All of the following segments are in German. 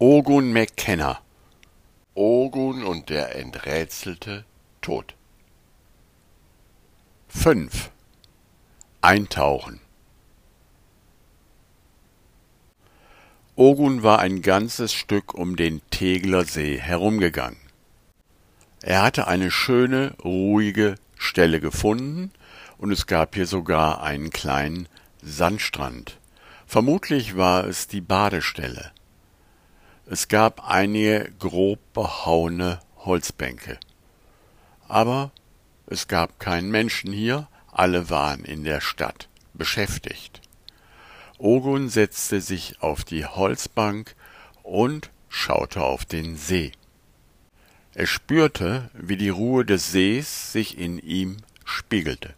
Ogun McKenna. Ogun und der enträtselte Tod. 5. Eintauchen. Ogun war ein ganzes Stück um den Tegler See herumgegangen. Er hatte eine schöne, ruhige Stelle gefunden, und es gab hier sogar einen kleinen Sandstrand. Vermutlich war es die Badestelle. Es gab einige grob behauene Holzbänke. Aber es gab keinen Menschen hier, alle waren in der Stadt beschäftigt. Ogun setzte sich auf die Holzbank und schaute auf den See. Er spürte, wie die Ruhe des Sees sich in ihm spiegelte.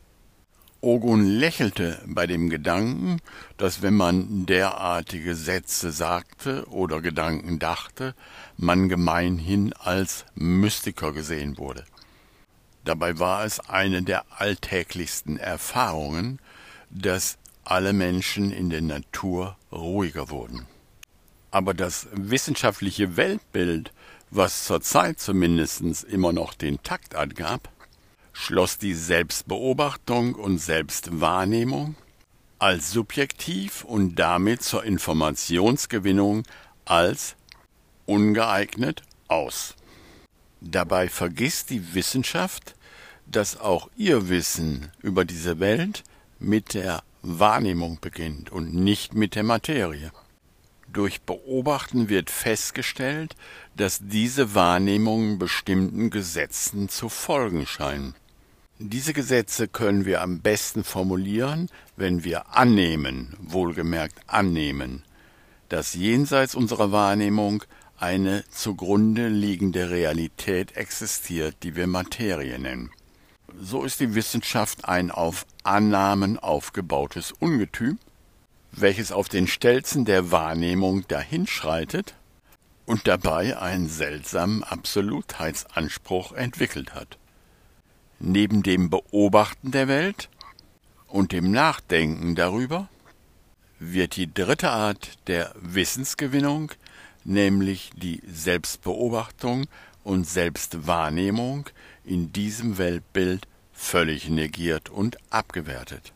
Ogun lächelte bei dem Gedanken, dass wenn man derartige Sätze sagte oder Gedanken dachte, man gemeinhin als Mystiker gesehen wurde. Dabei war es eine der alltäglichsten Erfahrungen, dass alle Menschen in der Natur ruhiger wurden. Aber das wissenschaftliche Weltbild, was zur Zeit zumindest immer noch den Takt angab, schloss die Selbstbeobachtung und Selbstwahrnehmung als subjektiv und damit zur Informationsgewinnung als ungeeignet aus. Dabei vergisst die Wissenschaft, dass auch ihr Wissen über diese Welt mit der Wahrnehmung beginnt und nicht mit der Materie. Durch Beobachten wird festgestellt, dass diese Wahrnehmungen bestimmten Gesetzen zu folgen scheinen. Diese Gesetze können wir am besten formulieren, wenn wir annehmen, wohlgemerkt annehmen, dass jenseits unserer Wahrnehmung eine zugrunde liegende Realität existiert, die wir Materie nennen. So ist die Wissenschaft ein auf Annahmen aufgebautes Ungetüm, welches auf den Stelzen der Wahrnehmung dahinschreitet und dabei einen seltsamen Absolutheitsanspruch entwickelt hat. Neben dem Beobachten der Welt und dem Nachdenken darüber wird die dritte Art der Wissensgewinnung, nämlich die Selbstbeobachtung und Selbstwahrnehmung, in diesem Weltbild völlig negiert und abgewertet.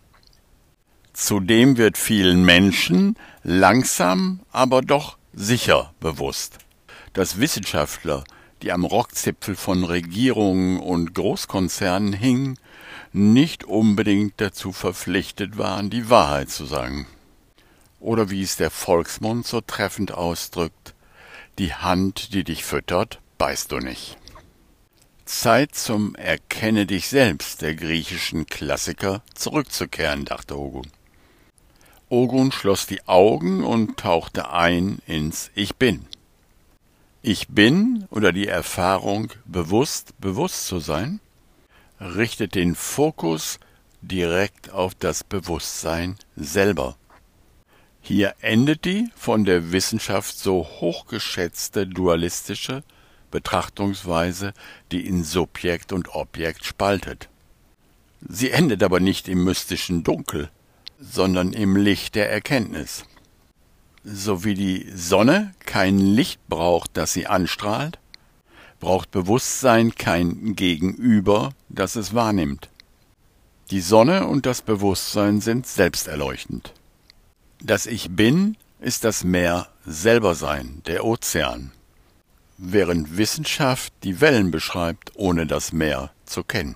Zudem wird vielen Menschen langsam, aber doch sicher bewusst, dass Wissenschaftler, die am Rockzipfel von Regierungen und Großkonzernen hingen, nicht unbedingt dazu verpflichtet waren, die Wahrheit zu sagen. Oder wie es der Volksmund so treffend ausdrückt: Die Hand, die dich füttert, beißt du nicht. Zeit zum Erkenne dich selbst der griechischen Klassiker zurückzukehren, dachte Ogun. Ogun schloss die Augen und tauchte ein ins Ich Bin. Ich Bin oder die Erfahrung, bewusst zu sein, richtet den Fokus direkt auf das Bewusstsein selber. Hier endet die von der Wissenschaft so hochgeschätzte dualistische Betrachtungsweise, die in Subjekt und Objekt spaltet. Sie endet aber nicht im mystischen Dunkel, sondern im Licht der Erkenntnis. So wie die Sonne kein Licht braucht, das sie anstrahlt, braucht Bewusstsein kein Gegenüber, das es wahrnimmt. Die Sonne und das Bewusstsein sind selbsterleuchtend. Das Ich Bin ist das Meer selber sein, der Ozean, während Wissenschaft die Wellen beschreibt, ohne das Meer zu kennen.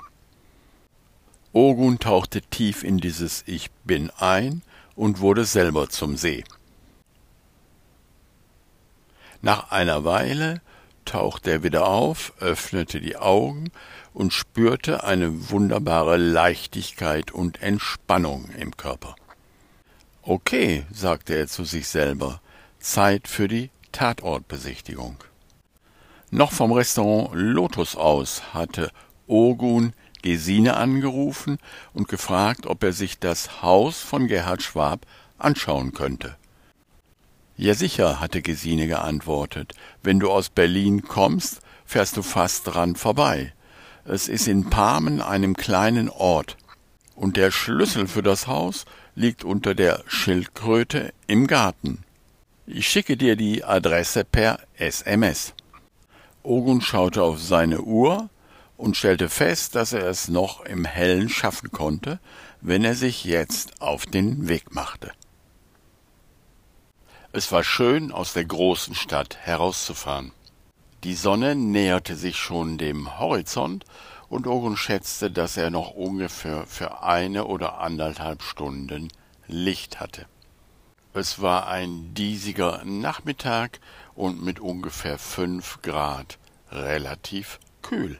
Ogun tauchte tief in dieses Ich Bin ein und wurde selber zum See. Nach einer Weile tauchte er wieder auf, öffnete die Augen und spürte eine wunderbare Leichtigkeit und Entspannung im Körper. Okay, sagte er zu sich selber, Zeit für die Tatortbesichtigung. Noch vom Restaurant Lotus aus hatte Ogun Gesine angerufen und gefragt, ob er sich das Haus von Gerhard Schwab anschauen könnte. Ja sicher, hatte Gesine geantwortet, wenn du aus Berlin kommst, fährst du fast dran vorbei. Es ist in Parmen, einem kleinen Ort, und der Schlüssel für das Haus liegt unter der Schildkröte im Garten. Ich schicke dir die Adresse per SMS. Ogun schaute auf seine Uhr und stellte fest, dass er es noch im Hellen schaffen konnte, wenn er sich jetzt auf den Weg machte. Es war schön, aus der großen Stadt herauszufahren. Die Sonne näherte sich schon dem Horizont und Ogun schätzte, dass er noch ungefähr für 1 oder 1,5 Stunden Licht hatte. Es war ein diesiger Nachmittag und mit ungefähr 5 Grad relativ kühl.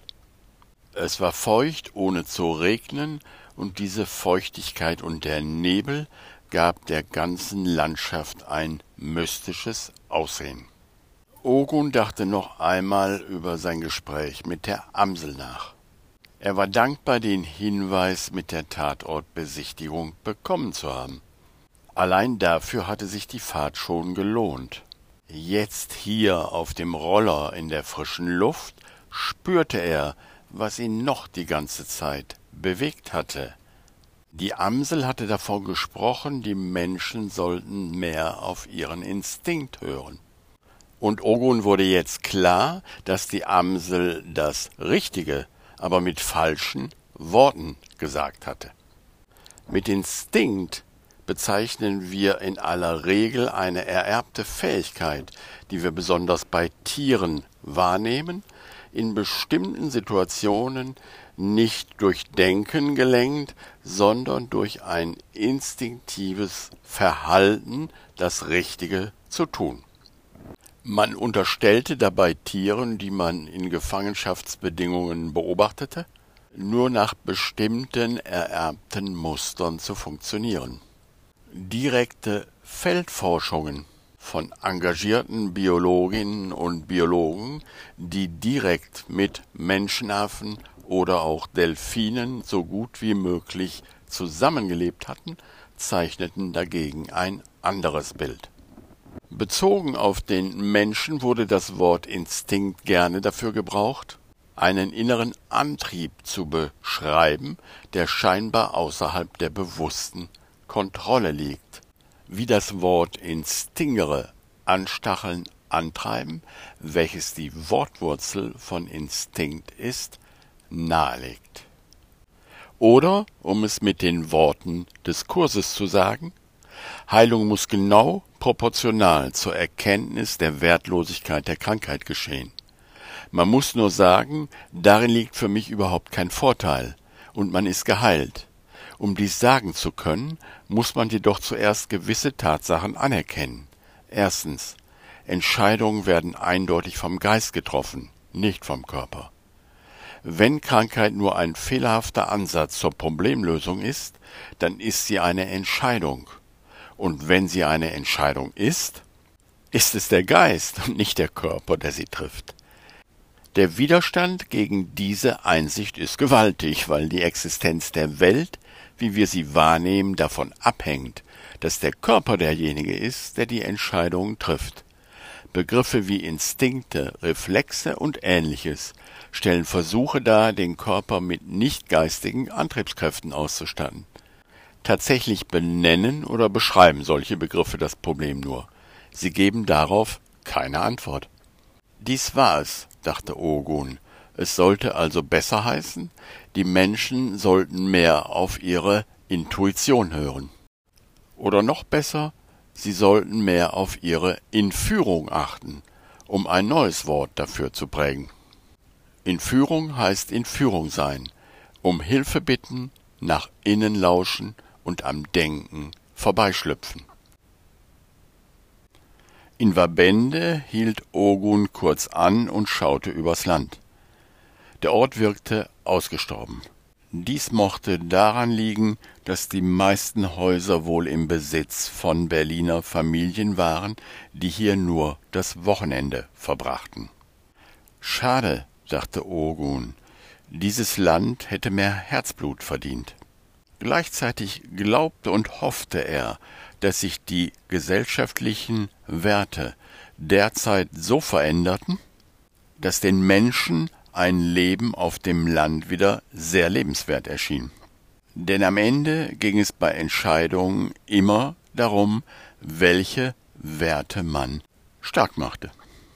Es war feucht, ohne zu regnen, und diese Feuchtigkeit und der Nebel gab der ganzen Landschaft ein mystisches Aussehen. Ogun dachte noch einmal über sein Gespräch mit der Amsel nach. Er war dankbar, den Hinweis mit der Tatortbesichtigung bekommen zu haben. Allein dafür hatte sich die Fahrt schon gelohnt. Jetzt hier auf dem Roller in der frischen Luft spürte er, was ihn noch die ganze Zeit bewegt hatte. Die Amsel hatte davon gesprochen, die Menschen sollten mehr auf ihren Instinkt hören. Und Ogun wurde jetzt klar, dass die Amsel das Richtige, aber mit falschen Worten gesagt hatte. Mit Instinkt bezeichnen wir in aller Regel eine ererbte Fähigkeit, die wir besonders bei Tieren wahrnehmen, in bestimmten Situationen nicht durch Denken gelenkt, sondern durch ein instinktives Verhalten, das Richtige zu tun. Man unterstellte dabei Tieren, die man in Gefangenschaftsbedingungen beobachtete, nur nach bestimmten ererbten Mustern zu funktionieren. Direkte Feldforschungen von engagierten Biologinnen und Biologen, die direkt mit Menschenaffen oder auch Delfinen so gut wie möglich zusammengelebt hatten, zeichneten dagegen ein anderes Bild. Bezogen auf den Menschen wurde das Wort Instinkt gerne dafür gebraucht, einen inneren Antrieb zu beschreiben, der scheinbar außerhalb der bewussten Kontrolle liegt. Wie das Wort instingere, anstacheln, antreiben, welches die Wortwurzel von Instinkt ist, nahelegt. Oder, um es mit den Worten des Kurses zu sagen, Heilung muss genau proportional zur Erkenntnis der Wertlosigkeit der Krankheit geschehen. Man muss nur sagen, darin liegt für mich überhaupt kein Vorteil, und man ist geheilt. Um dies sagen zu können, muss man jedoch zuerst gewisse Tatsachen anerkennen. Erstens, Entscheidungen werden eindeutig vom Geist getroffen, nicht vom Körper. Wenn Krankheit nur ein fehlerhafter Ansatz zur Problemlösung ist, dann ist sie eine Entscheidung. Und wenn sie eine Entscheidung ist, ist es der Geist und nicht der Körper, der sie trifft. Der Widerstand gegen diese Einsicht ist gewaltig, weil die Existenz der Welt, wie wir sie wahrnehmen, davon abhängt, dass der Körper derjenige ist, der die Entscheidungen trifft. Begriffe wie Instinkte, Reflexe und Ähnliches stellen Versuche dar, den Körper mit nicht-geistigen Antriebskräften auszustatten. Tatsächlich benennen oder beschreiben solche Begriffe das Problem nur. Sie geben darauf keine Antwort. Dies war es, dachte Ogun. Es sollte also besser heißen, die Menschen sollten mehr auf ihre Intuition hören. Oder noch besser, sie sollten mehr auf ihre Inführung achten, um ein neues Wort dafür zu prägen. Inführung heißt in Führung sein, um Hilfe bitten, nach innen lauschen und am Denken vorbeischlüpfen. In Wabende hielt Ogun kurz an und schaute übers Land. Der Ort wirkte ausgestorben. Dies mochte daran liegen, dass die meisten Häuser wohl im Besitz von Berliner Familien waren, die hier nur das Wochenende verbrachten. Schade, dachte Ogun, dieses Land hätte mehr Herzblut verdient. Gleichzeitig glaubte und hoffte er, dass sich die gesellschaftlichen Werte derzeit so veränderten, dass den Menschen ein Leben auf dem Land wieder sehr lebenswert erschien. Denn am Ende ging es bei Entscheidungen immer darum, welche werte Mann stark machte.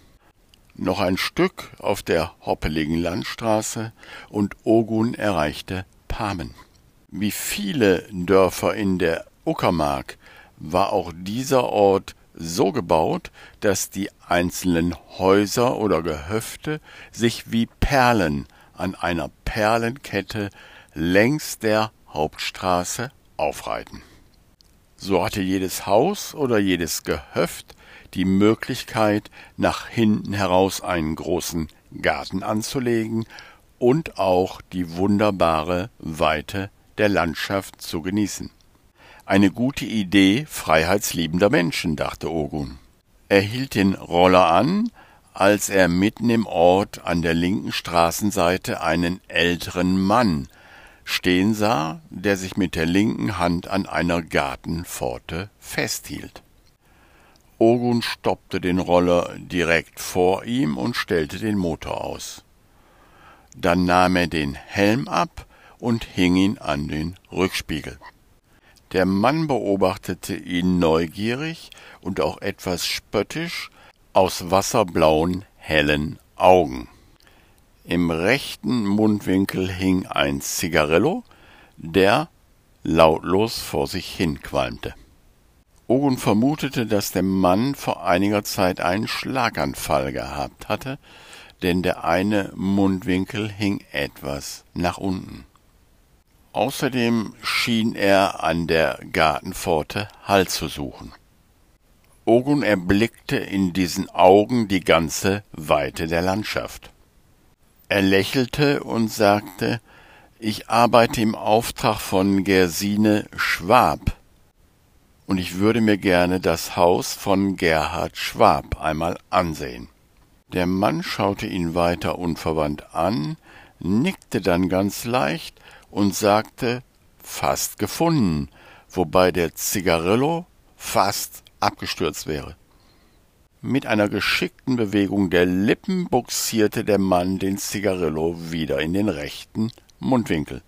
Noch ein Stück auf der hoppeligen Landstraße und Ogun erreichte Pamen. Wie viele Dörfer in der Uckermark war auch dieser Ort so gebaut, dass die einzelnen Häuser oder Gehöfte sich wie Perlen an einer Perlenkette längs der Hauptstraße aufreihten. So hatte jedes Haus oder jedes Gehöft die Möglichkeit, nach hinten heraus einen großen Garten anzulegen und auch die wunderbare Weite der Landschaft zu genießen. Eine gute Idee freiheitsliebender Menschen, dachte Ogun. Er hielt den Roller an, als er mitten im Ort an der linken Straßenseite einen älteren Mann stehen sah, der sich mit der linken Hand an einer Gartenpforte festhielt. Ogun stoppte den Roller direkt vor ihm und stellte den Motor aus. Dann nahm er den Helm ab und hing ihn an den Rückspiegel. Der Mann beobachtete ihn neugierig und auch etwas spöttisch aus wasserblauen, hellen Augen. Im rechten Mundwinkel hing ein Zigarillo, der lautlos vor sich hin qualmte. Ogun vermutete, dass der Mann vor einiger Zeit einen Schlaganfall gehabt hatte, denn der eine Mundwinkel hing etwas nach unten. Außerdem schien er an der Gartenpforte Halt zu suchen. Ogun erblickte in diesen Augen die ganze Weite der Landschaft. Er lächelte und sagte: »Ich arbeite im Auftrag von Gersine Schwab, und ich würde mir gerne das Haus von Gerhard Schwab einmal ansehen.« Der Mann schaute ihn weiter unverwandt an, nickte dann ganz leicht und sagte: »Fast gefunden«, wobei der Zigarillo fast abgestürzt wäre. Mit einer geschickten Bewegung der Lippen buxierte der Mann den Zigarillo wieder in den rechten Mundwinkel.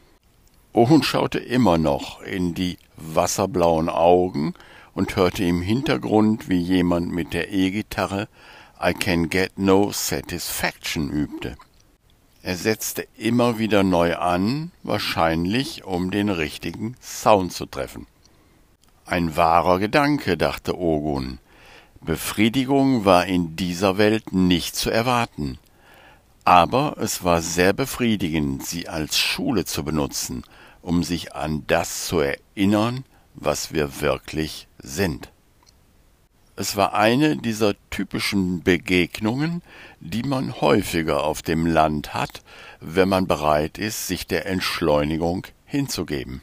Ogun schaute immer noch in die wasserblauen Augen und hörte im Hintergrund, wie jemand mit der E-Gitarre »I Can Get No Satisfaction« übte. Er setzte immer wieder neu an, wahrscheinlich um den richtigen Sound zu treffen. Ein wahrer Gedanke, dachte Ogun. Befriedigung war in dieser Welt nicht zu erwarten. Aber es war sehr befriedigend, sie als Schule zu benutzen, um sich an das zu erinnern, was wir wirklich sind. Es war eine dieser typischen Begegnungen, die man häufiger auf dem Land hat, wenn man bereit ist, sich der Entschleunigung hinzugeben.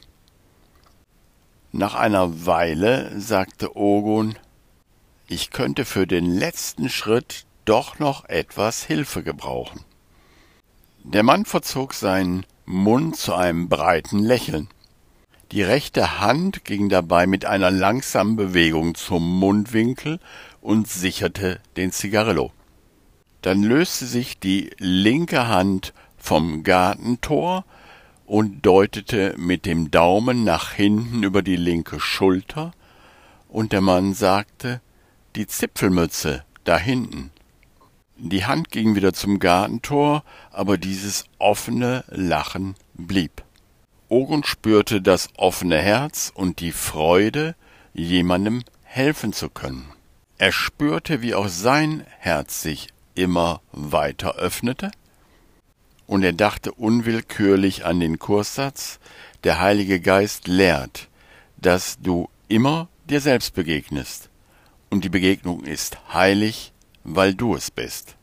Nach einer Weile sagte Ogun: »Ich könnte für den letzten Schritt doch noch etwas Hilfe gebrauchen.« Der Mann verzog seinen Mund zu einem breiten Lächeln. Die rechte Hand ging dabei mit einer langsamen Bewegung zum Mundwinkel und sicherte den Zigarillo. Dann löste sich die linke Hand vom Gartentor und deutete mit dem Daumen nach hinten über die linke Schulter, und der Mann sagte: »Die Zipfelmütze, da hinten.« Die Hand ging wieder zum Gartentor, aber dieses offene Lachen blieb. Ogun spürte das offene Herz und die Freude, jemandem helfen zu können. Er spürte, wie auch sein Herz sich immer weiter öffnete, und er dachte unwillkürlich an den Kurssatz: Der Heilige Geist lehrt, dass du immer dir selbst begegnest, und die Begegnung ist heilig, weil du es bist.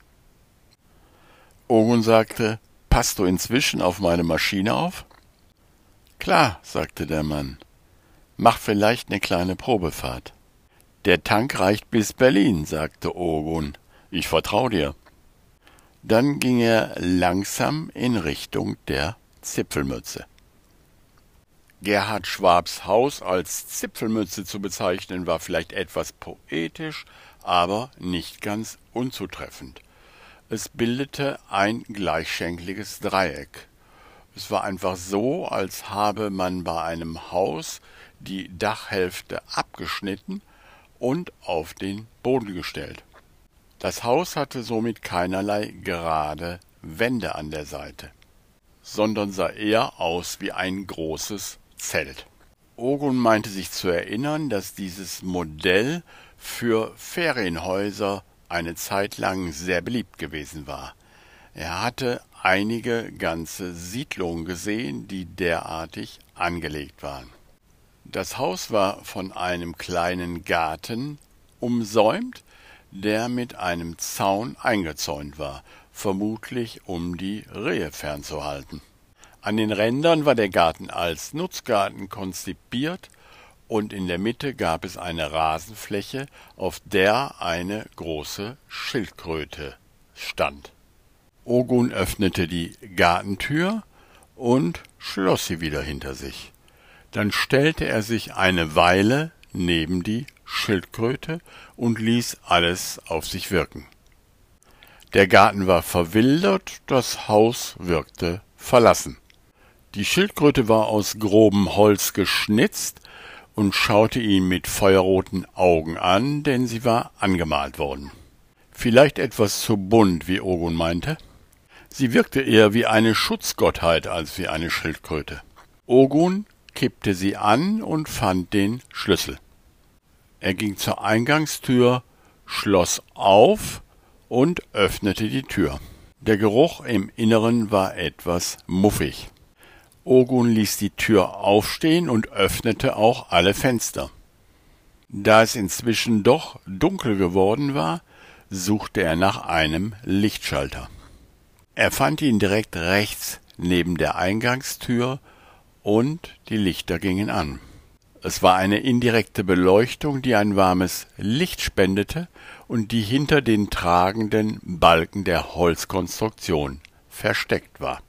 Ogun sagte: »Passt du inzwischen auf meine Maschine auf?« »Klar«, sagte der Mann. »Mach vielleicht eine kleine Probefahrt.« »Der Tank reicht bis Berlin«, sagte Ogun. »Ich vertraue dir.« Dann ging er langsam in Richtung der Zipfelmütze. Gerhard Schwabs Haus als Zipfelmütze zu bezeichnen, war vielleicht etwas poetisch, aber nicht ganz unzutreffend. Es bildete ein gleichschenkliges Dreieck. Es war einfach so, als habe man bei einem Haus die Dachhälfte abgeschnitten und auf den Boden gestellt. Das Haus hatte somit keinerlei gerade Wände an der Seite, sondern sah eher aus wie ein großes Zelt. Ogun meinte sich zu erinnern, dass dieses Modell für Ferienhäuser eine Zeit lang sehr beliebt gewesen war. Er hatte einige ganze Siedlungen gesehen, die derartig angelegt waren. Das Haus war von einem kleinen Garten umsäumt, der mit einem Zaun eingezäunt war, vermutlich um die Rehe fernzuhalten. An den Rändern war der Garten als Nutzgarten konzipiert und in der Mitte gab es eine Rasenfläche, auf der eine große Schildkröte stand. Ogun öffnete die Gartentür und schloss sie wieder hinter sich. Dann stellte er sich eine Weile neben die Schildkröte und ließ alles auf sich wirken. Der Garten war verwildert, das Haus wirkte verlassen. Die Schildkröte war aus grobem Holz geschnitzt und schaute ihn mit feuerroten Augen an, denn sie war angemalt worden. Vielleicht etwas zu bunt, wie Ogun meinte. Sie wirkte eher wie eine Schutzgottheit als wie eine Schildkröte. Ogun kippte sie an und fand den Schlüssel. Er ging zur Eingangstür, schloss auf und öffnete die Tür. Der Geruch im Inneren war etwas muffig. Ogun ließ die Tür aufstehen und öffnete auch alle Fenster. Da es inzwischen doch dunkel geworden war, suchte er nach einem Lichtschalter. Er fand ihn direkt rechts neben der Eingangstür und die Lichter gingen an. Es war eine indirekte Beleuchtung, die ein warmes Licht spendete und die hinter den tragenden Balken der Holzkonstruktion versteckt war.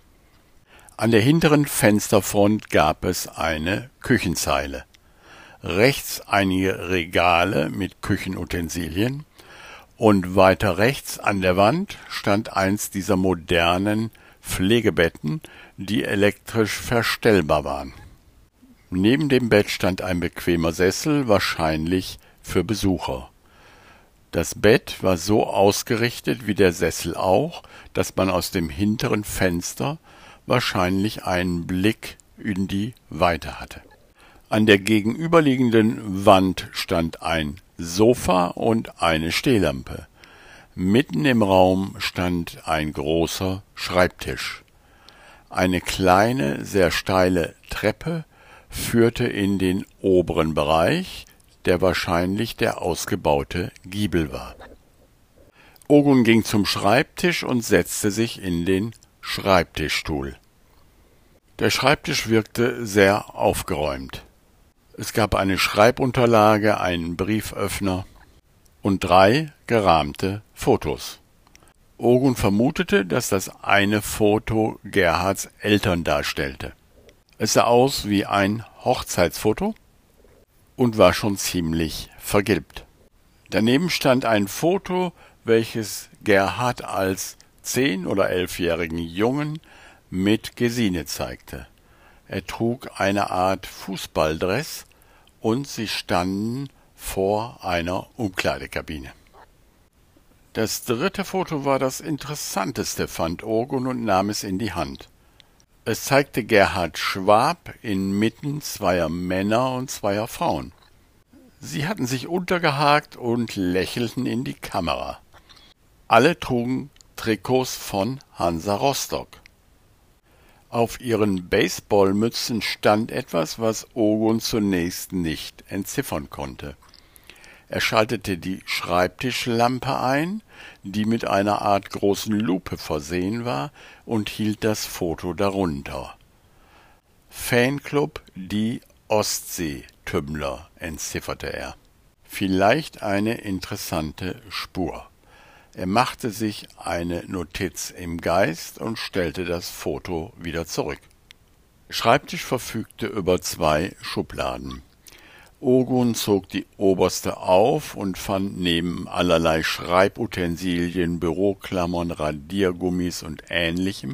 An der hinteren Fensterfront gab es eine Küchenzeile. Rechts einige Regale mit Küchenutensilien und weiter rechts an der Wand stand eins dieser modernen Pflegebetten, die elektrisch verstellbar waren. Neben dem Bett stand ein bequemer Sessel, wahrscheinlich für Besucher. Das Bett war so ausgerichtet wie der Sessel auch, dass man aus dem hinteren Fenster wahrscheinlich einen Blick in die Weite hatte. An der gegenüberliegenden Wand stand ein Sofa und eine Stehlampe. Mitten im Raum stand ein großer Schreibtisch. Eine kleine, sehr steile Treppe führte in den oberen Bereich, der wahrscheinlich der ausgebaute Giebel war. Ogun ging zum Schreibtisch und setzte sich in den Schreibtischstuhl. Der Schreibtisch wirkte sehr aufgeräumt. Es gab eine Schreibunterlage, einen Brieföffner und 3 gerahmte Fotos. Ogun vermutete, dass das eine Foto Gerhards Eltern darstellte. Es sah aus wie ein Hochzeitsfoto und war schon ziemlich vergilbt. Daneben stand ein Foto, welches Gerhard als 10- oder 11-jährigen Jungen mit Gesine zeigte. Er trug eine Art Fußballdress und sie standen vor einer Umkleidekabine. Das 3. Foto war das interessanteste, fand Ogun und nahm es in die Hand. Es zeigte Gerhard Schwab inmitten 2 Männer und 2 Frauen. Sie hatten sich untergehakt und lächelten in die Kamera. Alle trugen Trikots von Hansa Rostock. Auf ihren Baseballmützen stand etwas, was Ogun zunächst nicht entziffern konnte. Er schaltete die Schreibtischlampe ein, die mit einer Art großen Lupe versehen war, und hielt das Foto darunter. Fanclub Die Ostsee-Tümmler, entzifferte er. Vielleicht eine interessante Spur. Er machte sich eine Notiz im Geist und stellte das Foto wieder zurück. Der Schreibtisch verfügte über 2 Schubladen. Ogun zog die oberste auf und fand neben allerlei Schreibutensilien, Büroklammern, Radiergummis und Ähnlichem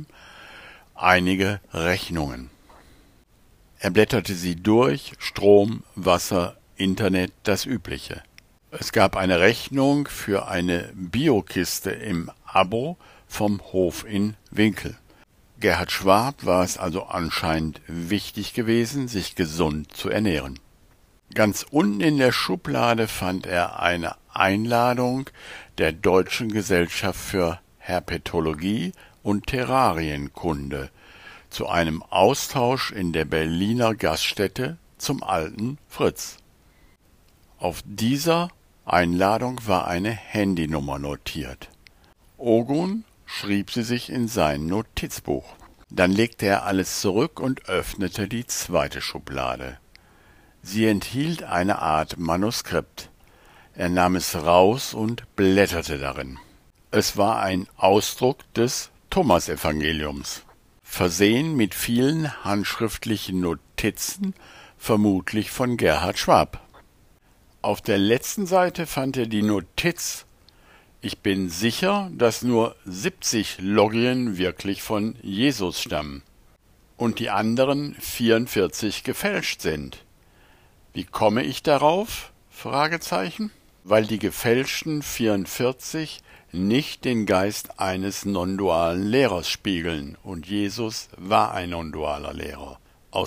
einige Rechnungen. Er blätterte sie durch: Strom, Wasser, Internet das Übliche. Es gab eine Rechnung für eine Biokiste im Abo vom Hof in Winkel. Gerhard Schwab war es also anscheinend wichtig gewesen, sich gesund zu ernähren. Ganz unten in der Schublade fand er eine Einladung der Deutschen Gesellschaft für Herpetologie und Terrarienkunde zu einem Austausch in der Berliner Gaststätte zum Alten Fritz. Auf dieser Einladung war eine Handynummer notiert. Ogun schrieb sie sich in sein Notizbuch. Dann legte er alles zurück und öffnete die zweite Schublade. Sie enthielt eine Art Manuskript. Er nahm es raus und blätterte darin. Es war ein Ausdruck des Thomasevangeliums, versehen mit vielen handschriftlichen Notizen, vermutlich von Gerhard Schwab. Auf der letzten Seite fand er die Notiz: Ich bin sicher, dass nur 70 Logien wirklich von Jesus stammen und die anderen 44 gefälscht sind. Wie komme ich darauf? Weil die gefälschten 44 nicht den Geist eines non-dualen Lehrers spiegeln, und Jesus war ein non-dualer Lehrer.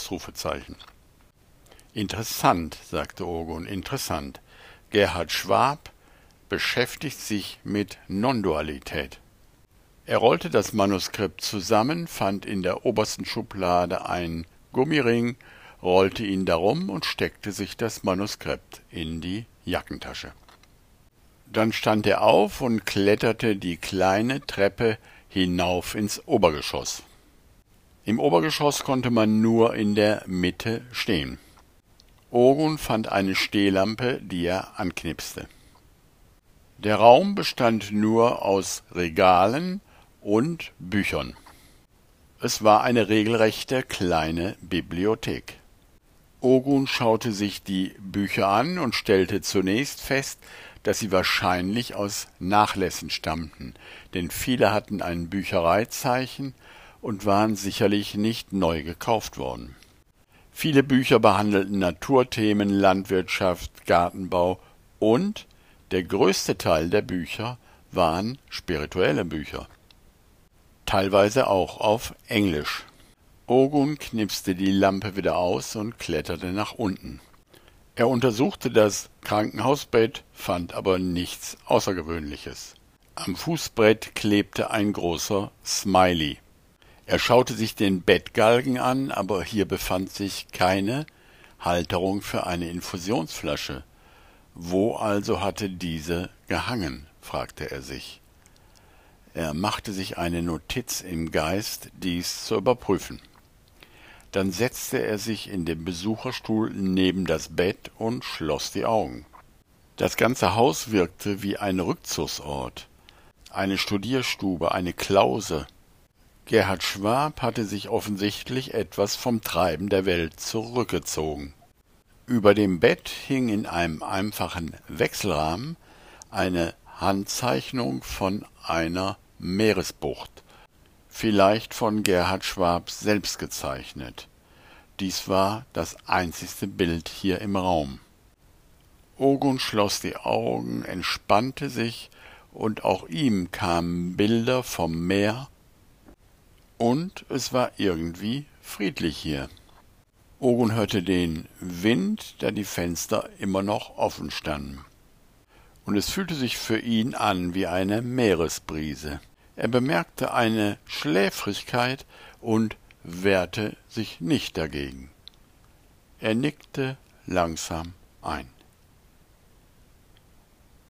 Interessant, sagte Ogun, interessant. Gerhard Schwab beschäftigt sich mit Non-Dualität. Er rollte das Manuskript zusammen, fand in der obersten Schublade einen Gummiring, rollte ihn darum und steckte sich das Manuskript in die Jackentasche. Dann stand er auf und kletterte die kleine Treppe hinauf ins Obergeschoss. Im Obergeschoss konnte man nur in der Mitte stehen. Ogun fand eine Stehlampe, die er anknipste. Der Raum bestand nur aus Regalen und Büchern. Es war eine regelrechte kleine Bibliothek. Ogun schaute sich die Bücher an und stellte zunächst fest, dass sie wahrscheinlich aus Nachlässen stammten, denn viele hatten ein Büchereizeichen und waren sicherlich nicht neu gekauft worden. Viele Bücher behandelten Naturthemen, Landwirtschaft, Gartenbau, und der größte Teil der Bücher waren spirituelle Bücher, teilweise auch auf Englisch. Ogun knipste die Lampe wieder aus und kletterte nach unten. Er untersuchte das Krankenhausbett, fand aber nichts Außergewöhnliches. Am Fußbrett klebte ein großer Smiley. Er schaute sich den Bettgalgen an, aber hier befand sich keine Halterung für eine Infusionsflasche. Wo also hatte diese gehangen, fragte er sich. Er machte sich eine Notiz im Geist, dies zu überprüfen. Dann setzte er sich in den Besucherstuhl neben das Bett und schloss die Augen. Das ganze Haus wirkte wie ein Rückzugsort, eine Studierstube, eine Klause. Gerhard Schwab hatte sich offensichtlich etwas vom Treiben der Welt zurückgezogen. Über dem Bett hing in einem einfachen Wechselrahmen eine Handzeichnung von einer Meeresbucht, vielleicht von Gerhard Schwab selbst gezeichnet. Dies war das einzigste Bild hier im Raum. Ogun schloss die Augen, entspannte sich, und auch ihm kamen Bilder vom Meer, und es war irgendwie friedlich hier. Ogun hörte den Wind, da die Fenster immer noch offen standen. Und es fühlte sich für ihn an wie eine Meeresbrise. Er bemerkte eine Schläfrigkeit und wehrte sich nicht dagegen. Er nickte langsam ein.